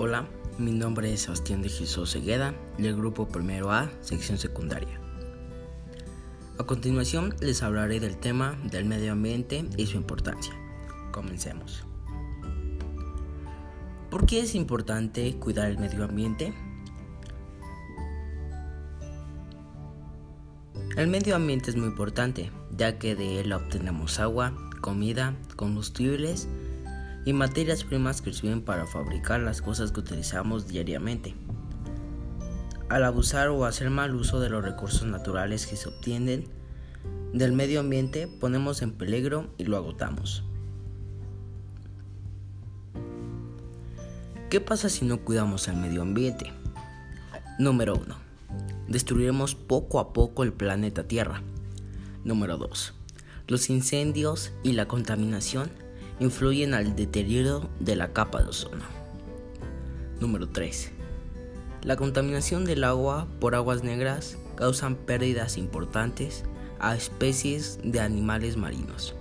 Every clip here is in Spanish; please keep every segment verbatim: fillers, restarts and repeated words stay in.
Hola, mi nombre es Sebastián de Jesús Segueda, del grupo Primero A, sección secundaria. A continuación les hablaré del tema del medio ambiente y su importancia. Comencemos. ¿Por qué es importante cuidar el medio ambiente? El medio ambiente es muy importante, ya que de él obtenemos agua, comida, combustibles y materias primas que sirven para fabricar las cosas que utilizamos diariamente. Al abusar o hacer mal uso de los recursos naturales que se obtienen del medio ambiente, ponemos en peligro y lo agotamos. ¿Qué pasa si no cuidamos el medio ambiente? Número uno. Destruiremos poco a poco el planeta Tierra. Número dos. Los incendios y la contaminación influyen al deterioro de la capa de ozono. Número tres. La contaminación del agua por aguas negras causan pérdidas importantes a especies de animales marinos.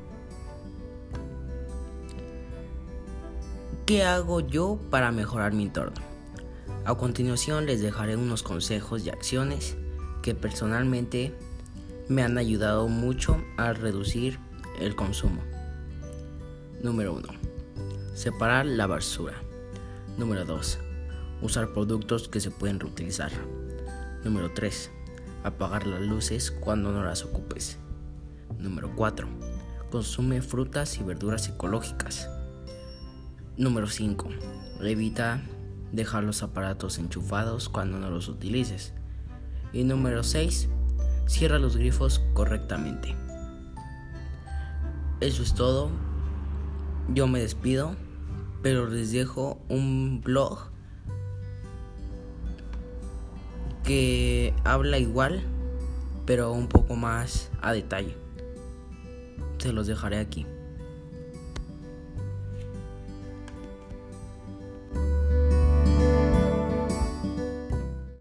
¿Qué hago yo para mejorar mi entorno? A continuación les dejaré unos consejos y acciones que personalmente me han ayudado mucho a reducir el consumo. Número uno. Separar la basura. Número dos. Usar productos que se pueden reutilizar. Número tres. Apagar las luces cuando no las ocupes. Número cuatro. Consume frutas y verduras ecológicas. Número cinco. Evita dejar los aparatos enchufados cuando no los utilices. Y número seis. Cierra los grifos correctamente. Eso es todo. Yo me despido, pero les dejo un blog que habla igual, pero un poco más a detalle. Se los dejaré aquí.